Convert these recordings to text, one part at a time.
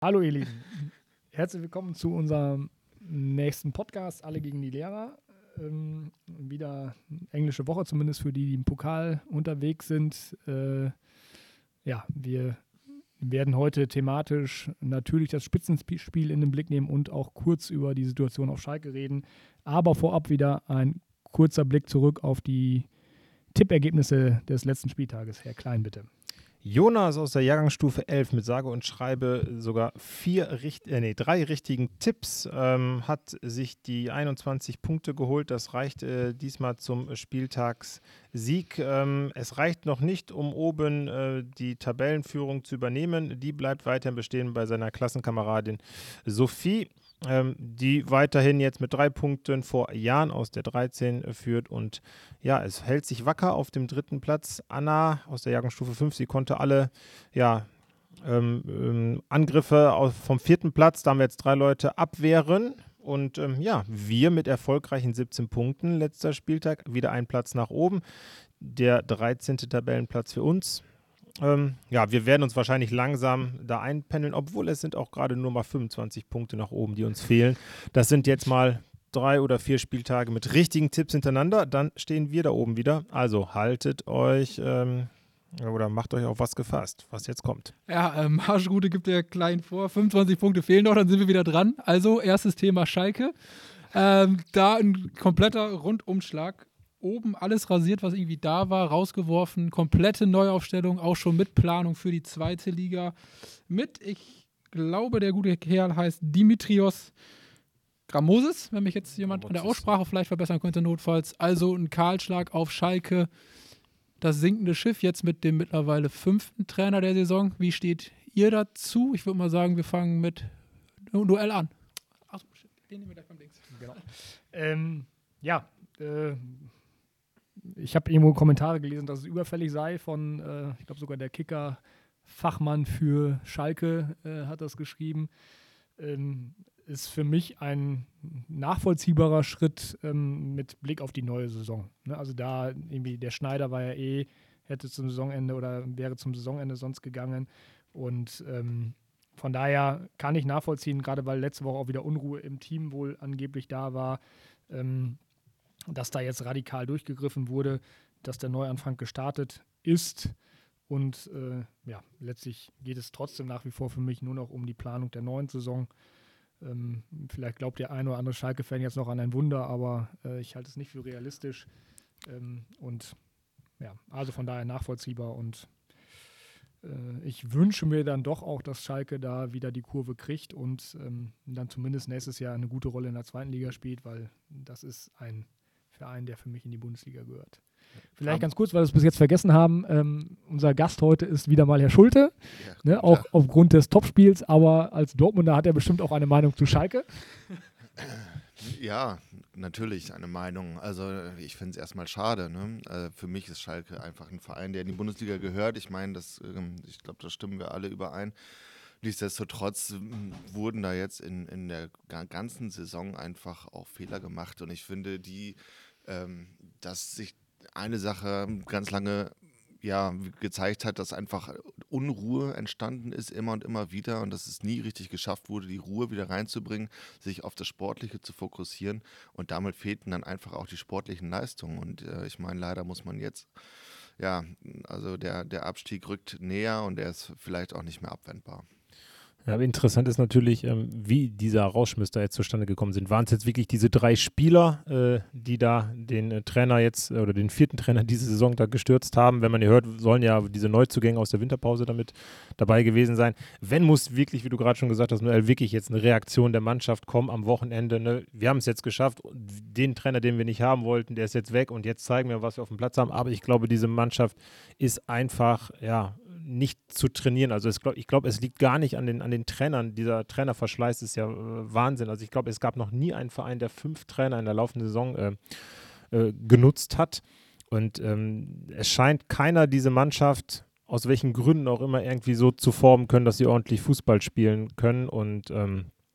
Hallo ihr Lieben, herzlich willkommen zu unserem nächsten Podcast, Alle gegen die Lehrer. Wieder englische Woche, zumindest für die, die im Pokal unterwegs sind. Wir werden heute thematisch natürlich das Spitzenspiel in den Blick nehmen und auch kurz über die Situation auf Schalke reden. Aber vorab wieder ein kurzer Blick zurück auf die Tippergebnisse des letzten Spieltages. Herr Klein, bitte. Jonas aus der Jahrgangsstufe 11 mit sage und schreibe sogar 3 richtigen Tipps, hat sich die 21 Punkte geholt. Das reicht diesmal zum Spieltagssieg. Es reicht noch nicht, um oben die Tabellenführung zu übernehmen. Die bleibt weiterhin bestehen bei seiner Klassenkameradin Sophie, die weiterhin jetzt mit 3 Punkten vor Jan aus der 13 führt. Und ja, es hält sich wacker auf dem 3. Platz. Anna aus der Jahrgangsstufe 5, sie konnte alle Angriffe vom 4. Platz, da haben wir jetzt 3 Leute, abwehren. Und wir mit erfolgreichen 17 Punkten, letzter Spieltag, wieder einen Platz nach oben. Der 13. Tabellenplatz für uns. Wir werden uns wahrscheinlich langsam da einpendeln, obwohl es sind auch gerade nur mal 25 Punkte nach oben, die uns fehlen. Das sind jetzt mal 3 oder 4 Spieltage mit richtigen Tipps hintereinander, dann stehen wir da oben wieder. Also haltet euch oder macht euch auf was gefasst, was jetzt kommt. Ja, Marschroute gibt der Klein vor. 25 Punkte fehlen noch, dann sind wir wieder dran. Also, erstes Thema Schalke. Da ein kompletter Rundumschlag. Oben alles rasiert, was irgendwie da war, rausgeworfen. Komplette Neuaufstellung, auch schon mit Planung für die 2. Liga. Ich glaube, der gute Kerl heißt Dimitrios Gramosis, wenn mich jetzt jemand an der Aussprache vielleicht verbessern könnte, notfalls. Also ein Kahlschlag auf Schalke. Das sinkende Schiff jetzt mit dem mittlerweile 5. Trainer der Saison. Wie steht ihr dazu? Ich würde mal sagen, wir fangen mit Duell an. Achso, den nehmen wir gleich beim Links. Genau. Ich habe irgendwo Kommentare gelesen, dass es überfällig sei von, ich glaube sogar der Kicker-Fachmann für Schalke hat das geschrieben. Ist für mich ein nachvollziehbarer Schritt mit Blick auf die neue Saison. Ne? Also da irgendwie, der Schneider war ja hätte zum Saisonende oder wäre zum Saisonende sonst gegangen. Und von daher kann ich nachvollziehen, gerade weil letzte Woche auch wieder Unruhe im Team wohl angeblich da war, dass da jetzt radikal durchgegriffen wurde, dass der Neuanfang gestartet ist. Und letztlich geht es trotzdem nach wie vor für mich nur noch um die Planung der neuen Saison. Vielleicht glaubt der ein oder andere Schalke-Fan jetzt noch an ein Wunder, aber ich halte es nicht für realistisch. Also von daher nachvollziehbar. Und ich wünsche mir dann doch auch, dass Schalke da wieder die Kurve kriegt und dann zumindest nächstes Jahr eine gute Rolle in der 2. Liga spielt, weil das ist ein Verein, der für mich in die Bundesliga gehört. Vielleicht ganz kurz, weil wir es bis jetzt vergessen haben, unser Gast heute ist wieder mal Herr Schulte, auch aufgrund des Topspiels, aber als Dortmunder hat er bestimmt auch eine Meinung zu Schalke. Ja, natürlich eine Meinung. Also ich finde es erstmal schade. Ne? Für mich ist Schalke einfach ein Verein, der in die Bundesliga gehört. Ich meine, ich glaube, da stimmen wir alle überein. Nichtsdestotrotz wurden da jetzt in der ganzen Saison einfach auch Fehler gemacht. Und ich finde, dass sich eine Sache ganz lange gezeigt hat, dass einfach Unruhe entstanden ist, immer und immer wieder, und dass es nie richtig geschafft wurde, die Ruhe wieder reinzubringen, sich auf das Sportliche zu fokussieren, und damit fehlten dann einfach auch die sportlichen Leistungen. Und ich meine, leider muss man jetzt, also der Abstieg rückt näher und er ist vielleicht auch nicht mehr abwendbar. Ja, interessant ist natürlich, wie dieser Rauschmiss da jetzt zustande gekommen sind. Waren es jetzt wirklich diese 3 Spieler, die da den Trainer jetzt oder den 4. Trainer diese Saison da gestürzt haben? Wenn man hier hört, sollen ja diese Neuzugänge aus der Winterpause damit dabei gewesen sein. Wenn muss wirklich, wie du gerade schon gesagt hast, Noel, wirklich jetzt eine Reaktion der Mannschaft kommen am Wochenende. Ne? Wir haben es jetzt geschafft. Den Trainer, den wir nicht haben wollten, der ist jetzt weg und jetzt zeigen wir, was wir auf dem Platz haben. Aber ich glaube, diese Mannschaft ist einfach, nicht zu trainieren. Also ich glaube, es liegt gar nicht an den Trainern. Dieser Trainerverschleiß ist ja Wahnsinn. Also ich glaube, es gab noch nie einen Verein, der 5 Trainer in der laufenden Saison genutzt hat. Und es scheint keiner diese Mannschaft, aus welchen Gründen auch immer, irgendwie so zu formen können, dass sie ordentlich Fußball spielen können. Und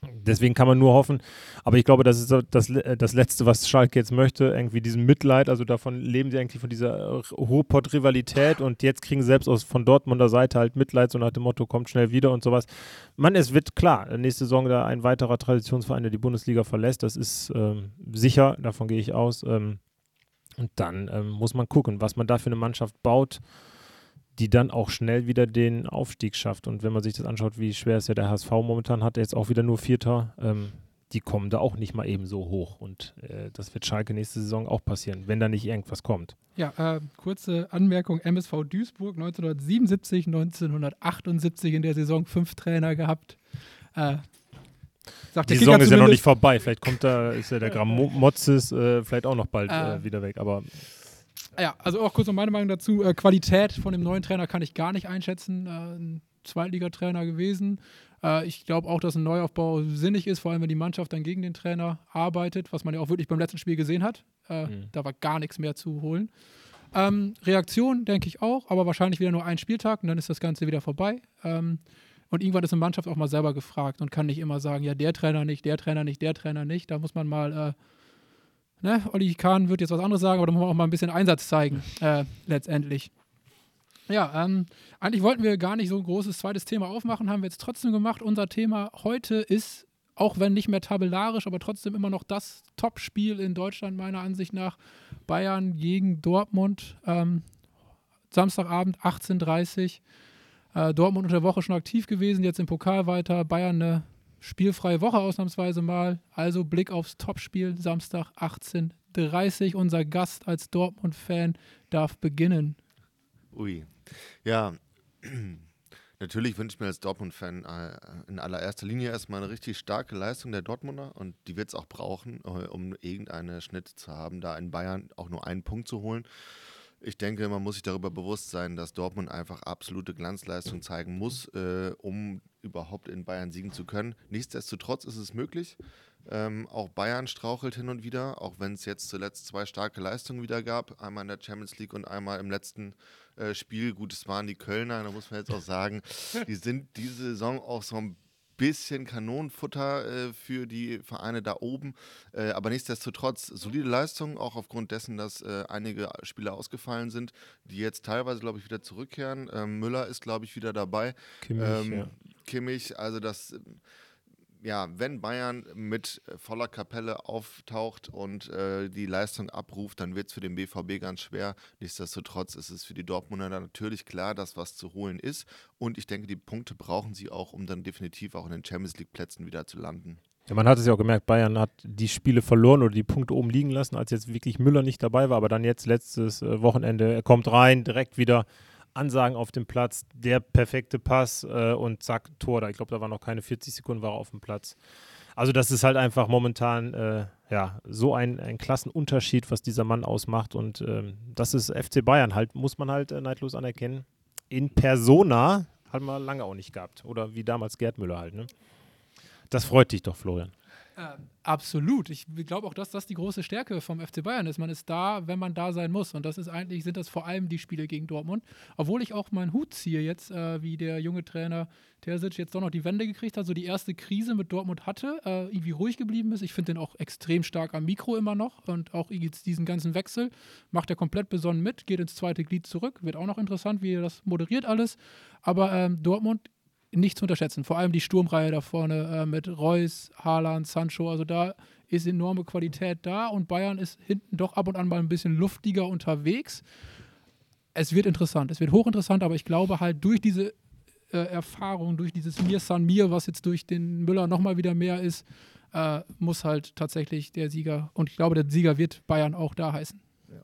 Deswegen kann man nur hoffen, aber ich glaube, das ist so das Letzte, was Schalke jetzt möchte, irgendwie diesen Mitleid, also davon leben sie eigentlich von dieser Ruhrpott-Rivalität und jetzt kriegen sie selbst von Dortmunder Seite halt Mitleid, so nach dem Motto, kommt schnell wieder und sowas. Es wird klar, nächste Saison da ein weiterer Traditionsverein, der die Bundesliga verlässt, das ist sicher, davon gehe ich aus. Und dann muss man gucken, was man da für eine Mannschaft baut, die dann auch schnell wieder den Aufstieg schafft. Und wenn man sich das anschaut, wie schwer es ja der HSV momentan hat, jetzt auch wieder nur Vierter, die kommen da auch nicht mal eben so hoch. Und das wird Schalke nächste Saison auch passieren, wenn da nicht irgendwas kommt. Ja, kurze Anmerkung, MSV Duisburg 1977, 1978 in der Saison 5 Trainer gehabt. Die Saison ist ja noch nicht vorbei. Vielleicht ist ja der Gramotzes vielleicht auch noch bald wieder weg. Aber ja, also auch kurz noch meine Meinung dazu. Qualität von dem neuen Trainer kann ich gar nicht einschätzen. Ein Zweitligatrainer gewesen. Ich glaube auch, dass ein Neuaufbau sinnig ist, vor allem wenn die Mannschaft dann gegen den Trainer arbeitet, was man ja auch wirklich beim letzten Spiel gesehen hat. Da war gar nichts mehr zu holen. Reaktion denke ich auch, aber wahrscheinlich wieder nur ein Spieltag und dann ist das Ganze wieder vorbei. Und irgendwann ist eine Mannschaft auch mal selber gefragt und kann nicht immer sagen, ja, der Trainer nicht, der Trainer nicht, der Trainer nicht. Da muss man mal Olli Kahn wird jetzt was anderes sagen, aber da muss man auch mal ein bisschen Einsatz zeigen, letztendlich. Ja, eigentlich wollten wir gar nicht so ein großes zweites Thema aufmachen, haben wir jetzt trotzdem gemacht. Unser Thema heute ist, auch wenn nicht mehr tabellarisch, aber trotzdem immer noch das Top-Spiel in Deutschland meiner Ansicht nach, Bayern gegen Dortmund. Samstagabend 18:30 Uhr. Dortmund unter der Woche schon aktiv gewesen, jetzt im Pokal weiter. Bayern eine spielfreie Woche ausnahmsweise mal. Also Blick aufs Topspiel, Samstag 18:30 Uhr. Unser Gast als Dortmund-Fan darf beginnen. Ui. Ja, natürlich wünsche ich mir als Dortmund-Fan in allererster Linie erstmal eine richtig starke Leistung der Dortmunder und die wird es auch brauchen, um irgendeinen Schnitt zu haben, da in Bayern auch nur einen Punkt zu holen. Ich denke, man muss sich darüber bewusst sein, dass Dortmund einfach absolute Glanzleistung zeigen muss, um überhaupt in Bayern siegen zu können. Nichtsdestotrotz ist es möglich. Auch Bayern strauchelt hin und wieder, auch wenn es jetzt zuletzt 2 starke Leistungen wieder gab. Einmal in der Champions League und einmal im letzten Spiel. Gut, es waren die Kölner, da muss man jetzt auch sagen, die sind diese Saison auch so ein bisschen Kanonenfutter für die Vereine da oben, aber nichtsdestotrotz solide Leistung, auch aufgrund dessen, dass einige Spieler ausgefallen sind, die jetzt teilweise, glaube ich, wieder zurückkehren. Müller ist, glaube ich, wieder dabei. Kimmich, also das... Ja, wenn Bayern mit voller Kapelle auftaucht und die Leistung abruft, dann wird es für den BVB ganz schwer. Nichtsdestotrotz ist es für die Dortmunder natürlich klar, dass was zu holen ist. Und ich denke, die Punkte brauchen sie auch, um dann definitiv auch in den Champions-League-Plätzen wieder zu landen. Ja, man hat es ja auch gemerkt, Bayern hat die Spiele verloren oder die Punkte oben liegen lassen, als jetzt wirklich Müller nicht dabei war. Aber dann jetzt letztes Wochenende, er kommt rein, direkt wieder Ansagen auf dem Platz, der perfekte Pass und zack, Tor da. Ich glaube, da waren noch keine 40 Sekunden, war er auf dem Platz. Also das ist halt einfach momentan so ein Klassenunterschied, was dieser Mann ausmacht und das ist FC Bayern halt, muss man halt neidlos anerkennen. In Persona hat man lange auch nicht gehabt. Oder wie damals Gerd Müller halt, ne? Das freut dich doch, Florian. Absolut. Ich glaube auch, dass das die große Stärke vom FC Bayern ist. Man ist da, wenn man da sein muss. Und sind das vor allem die Spiele gegen Dortmund. Obwohl ich auch meinen Hut ziehe jetzt, wie der junge Trainer Terzic jetzt doch noch die Wende gekriegt hat, so die erste Krise mit Dortmund hatte, irgendwie ruhig geblieben ist. Ich finde den auch extrem stark am Mikro immer noch. Und auch jetzt diesen ganzen Wechsel macht er komplett besonnen mit, geht ins zweite Glied zurück. Wird auch noch interessant, wie er das moderiert alles. Aber Dortmund nicht zu unterschätzen. Vor allem die Sturmreihe da vorne mit Reus, Haaland, Sancho. Also da ist enorme Qualität da und Bayern ist hinten doch ab und an mal ein bisschen luftiger unterwegs. Es wird interessant, es wird hochinteressant, aber ich glaube halt durch diese Erfahrung, durch dieses Mir San Mir, was jetzt durch den Müller nochmal wieder mehr ist, muss halt tatsächlich der Sieger, und ich glaube, der Sieger wird Bayern auch da heißen.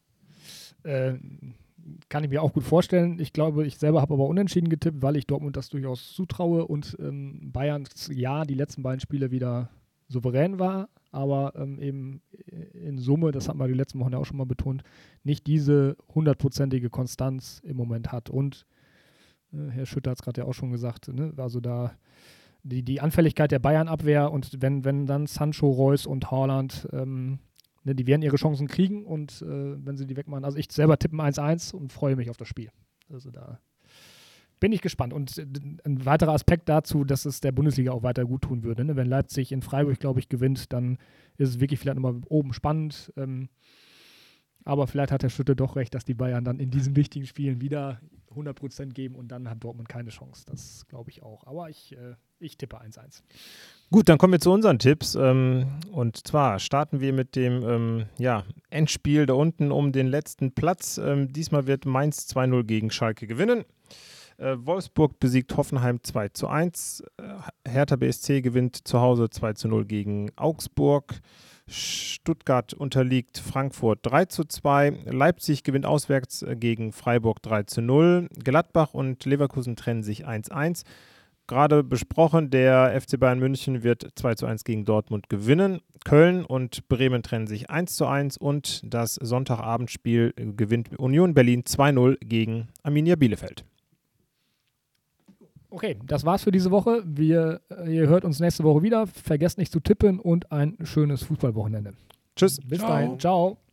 Ja. Kann ich mir auch gut vorstellen. Ich glaube, ich selber habe aber unentschieden getippt, weil ich Dortmund das durchaus zutraue und Bayerns die letzten beiden Spiele wieder souverän war, aber eben in Summe, das hat man die letzten Wochen ja auch schon mal betont, nicht diese 100%ige Konstanz im Moment hat. Und Herr Schütter hat es gerade ja auch schon gesagt, ne? Also da die Anfälligkeit der Bayern-Abwehr und wenn dann Sancho, Reus und Haaland die werden ihre Chancen kriegen und wenn sie die wegmachen. Also ich selber tippe 1-1 und freue mich auf das Spiel. Also da bin ich gespannt. Und ein weiterer Aspekt dazu, dass es der Bundesliga auch weiter gut tun würde. Ne? Wenn Leipzig in Freiburg, glaube ich, gewinnt, dann ist es wirklich vielleicht nochmal oben spannend. Aber vielleicht hat Herr Schütte doch recht, dass die Bayern dann in diesen wichtigen Spielen wieder 100% geben und dann hat Dortmund keine Chance. Das glaube ich auch. Aber ich tippe 1-1. Gut, dann kommen wir zu unseren Tipps. Und zwar starten wir mit dem Endspiel da unten um den letzten Platz. Diesmal wird Mainz 2-0 gegen Schalke gewinnen. Wolfsburg besiegt Hoffenheim 2-1. Hertha BSC gewinnt zu Hause 2-0 gegen Augsburg. Stuttgart unterliegt Frankfurt 3-2. Leipzig gewinnt auswärts gegen Freiburg 3-0. Gladbach und Leverkusen trennen sich 1-1. Gerade besprochen, der FC Bayern München wird 2-1 gegen Dortmund gewinnen. Köln und Bremen trennen sich 1-1 und das Sonntagabendspiel gewinnt Union Berlin 2-0 gegen Arminia Bielefeld. Okay, das war's für diese Woche. Ihr hört uns nächste Woche wieder. Vergesst nicht zu tippen und ein schönes Fußballwochenende. Tschüss. Bis dahin. Ciao.